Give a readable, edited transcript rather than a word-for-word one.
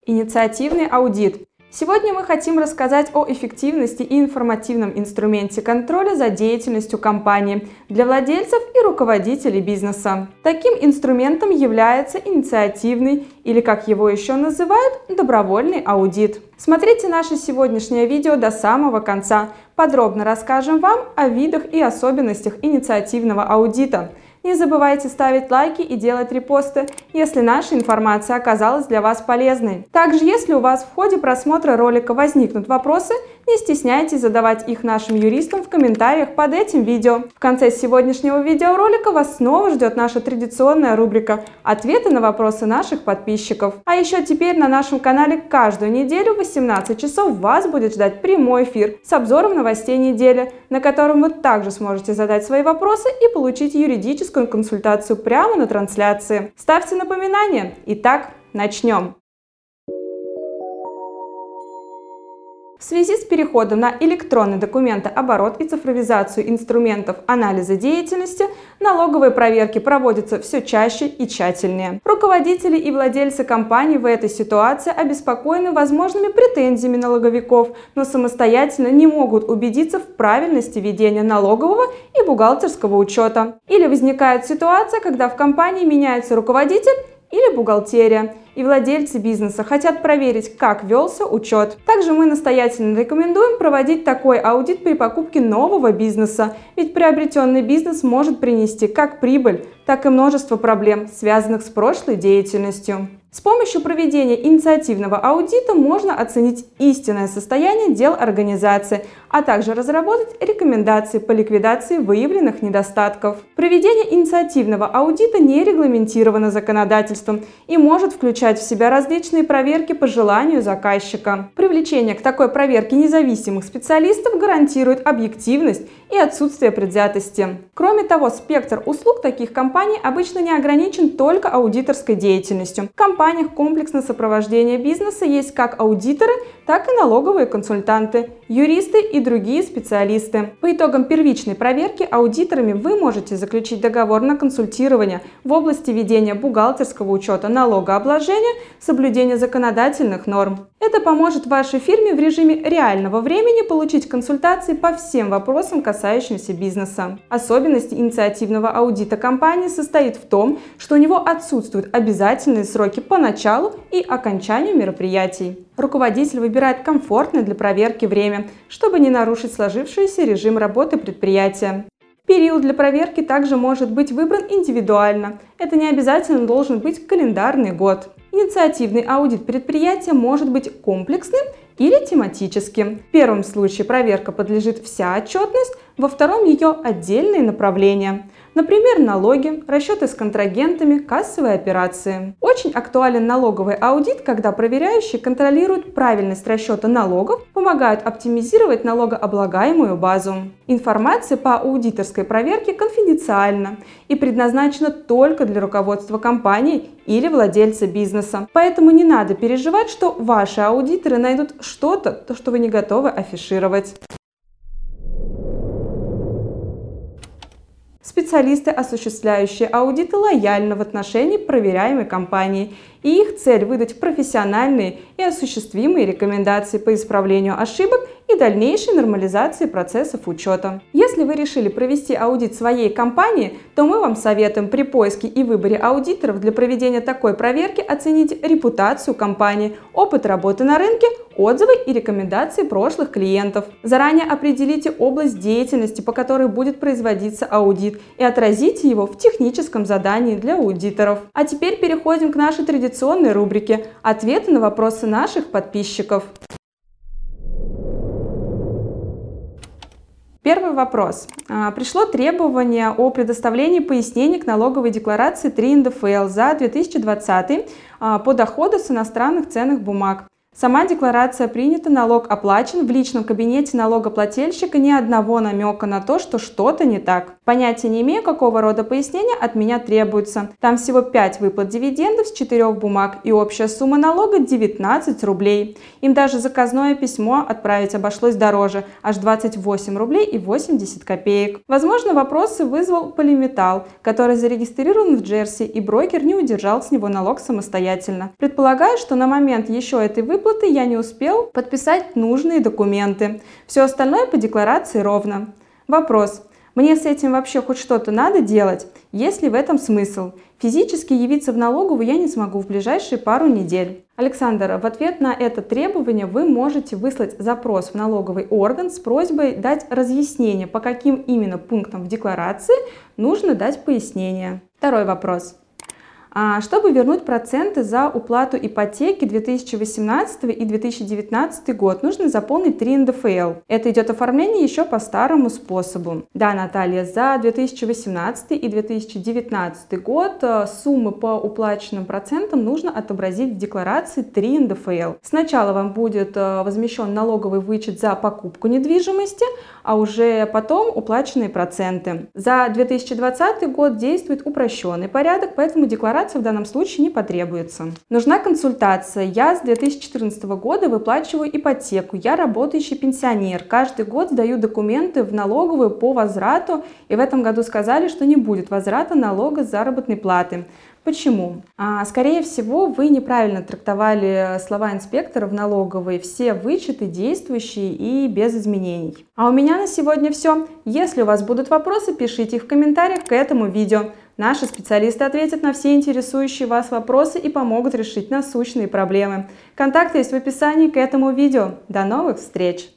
Инициативный аудит. Сегодня мы хотим рассказать о эффективности и информативном инструменте контроля за деятельностью компании для владельцев и руководителей бизнеса. Таким инструментом является инициативный, или как его еще называют, добровольный аудит. Смотрите наше сегодняшнее видео до самого конца. Подробно расскажем вам о видах и особенностях инициативного аудита. Не забывайте ставить лайки и делать репосты, если наша информация оказалась для вас полезной. Также, если у вас в ходе просмотра ролика возникнут вопросы, не стесняйтесь задавать их нашим юристам в комментариях под этим видео. В конце сегодняшнего видеоролика вас снова ждет наша традиционная рубрика «Ответы на вопросы наших подписчиков». А еще теперь на нашем канале каждую неделю в 18 часов вас будет ждать прямой эфир с обзором новостей недели, на котором вы также сможете задать свои вопросы и получить юридическую консультацию прямо на трансляции. Ставьте напоминания. Итак, начнем. В связи с переходом на электронный документооборот и цифровизацию инструментов анализа деятельности, налоговые проверки проводятся все чаще и тщательнее. Руководители и владельцы компаний в этой ситуации обеспокоены возможными претензиями налоговиков, но самостоятельно не могут убедиться в правильности ведения налогового и бухгалтерского учета. Или возникает ситуация, когда в компании меняется руководитель или бухгалтерия, и владельцы бизнеса хотят проверить, как велся учет. Также мы настоятельно рекомендуем проводить такой аудит при покупке нового бизнеса, ведь приобретенный бизнес может принести как прибыль, так и множество проблем, связанных с прошлой деятельностью. С помощью проведения инициативного аудита можно оценить истинное состояние дел организации, а также разработать рекомендации по ликвидации выявленных недостатков. Проведение инициативного аудита не регламентировано законодательством и может включать в себя различные проверки по желанию заказчика. Привлечение к такой проверке независимых специалистов гарантирует объективность и отсутствие предвзятости. Кроме того, спектр услуг таких компаний обычно не ограничен только аудиторской деятельностью. В компаниях комплексное сопровождение бизнеса есть как аудиторы, так и налоговые консультанты, юристы и другие специалисты. По итогам первичной проверки аудиторами вы можете заключить договор на консультирование в области ведения бухгалтерского учета, налогообложения, соблюдения законодательных норм. Это поможет вашей фирме в режиме реального времени получить консультации по всем вопросам, касающимся бизнеса. Особенность инициативного аудита компании состоит в том, что у него отсутствуют обязательные сроки по началу и окончанию мероприятий. Руководитель выбирает комфортное для проверки время, чтобы не нарушить сложившийся режим работы предприятия. Период для проверки также может быть выбран индивидуально. Это не обязательно должен быть календарный год. Инициативный аудит предприятия может быть комплексным или тематическим. В первом случае проверка подлежит вся отчетность, во втором ее отдельные направления. Например, налоги, расчеты с контрагентами, кассовые операции. Очень актуален налоговый аудит, когда проверяющие контролируют правильность расчета налогов, помогают оптимизировать налогооблагаемую базу. Информация по аудиторской проверке конфиденциальна и предназначена только для руководства компании или владельца бизнеса. Поэтому не надо переживать, что ваши аудиторы найдут что-то, что вы не готовы афишировать. Специалисты, осуществляющие аудиты, лояльны в отношении проверяемой компании, и их цель – выдать профессиональные и осуществимые рекомендации по исправлению ошибок и дальнейшей нормализации процессов учета. Если вы решили провести аудит своей компании, то мы вам советуем при поиске и выборе аудиторов для проведения такой проверки оценить репутацию компании, опыт работы на рынке, отзывы и рекомендации прошлых клиентов. Заранее определите область деятельности, по которой будет производиться аудит, и отразите его в техническом задании для аудиторов. А теперь переходим к нашей традиционной рубрике «Ответы на вопросы наших подписчиков». Первый вопрос. Пришло требование о предоставлении пояснений к налоговой декларации 3 НДФЛ за 2020 по доходу с иностранных ценных бумаг. Сама декларация принята, налог оплачен, в личном кабинете налогоплательщика ни одного намека на то, что что-то не так. Понятия не имею, какого рода пояснения от меня требуется. Там всего 5 выплат дивидендов с 4 бумаг и общая сумма налога 19 рублей. Им даже заказное письмо отправить обошлось дороже, аж 28 рублей и 80 копеек. Возможно, вопросы вызвал Полиметалл, который зарегистрирован в Джерси, и брокер не удержал с него налог самостоятельно. Предполагаю, что на момент еще этой выплаты я не успел подписать нужные документы. Все остальное по декларации ровно. Вопрос. Мне с этим вообще хоть что-то надо делать? Есть ли в этом смысл? Физически явиться в налоговую я не смогу в ближайшие пару недель. Александр, в ответ на это требование вы можете выслать запрос в налоговый орган с просьбой дать разъяснение, по каким именно пунктам в декларации нужно дать пояснение. Второй вопрос. Чтобы вернуть проценты за уплату ипотеки 2018 и 2019 год, нужно заполнить 3 НДФЛ. Это идет оформление еще по старому способу. Да, Наталья, за 2018 и 2019 год суммы по уплаченным процентам нужно отобразить в декларации 3 НДФЛ. Сначала вам будет возмещен налоговый вычет за покупку недвижимости, а уже потом уплаченные проценты. За 2020 год действует упрощенный порядок, поэтому декларация в данном случае не потребуется. Нужна консультация. Я с 2014 года выплачиваю ипотеку. Я работающий пенсионер. Каждый год сдаю документы в налоговую по возврату, и в этом году сказали, что не будет возврата налога с заработной платы. Почему? Скорее всего, вы неправильно трактовали слова инспектора в налоговой. Все вычеты действующие и без изменений. А у меня на сегодня все. Если у вас будут вопросы, пишите их в комментариях к этому видео. Наши специалисты ответят на все интересующие вас вопросы и помогут решить насущные проблемы. Контакты есть в описании к этому видео. До новых встреч!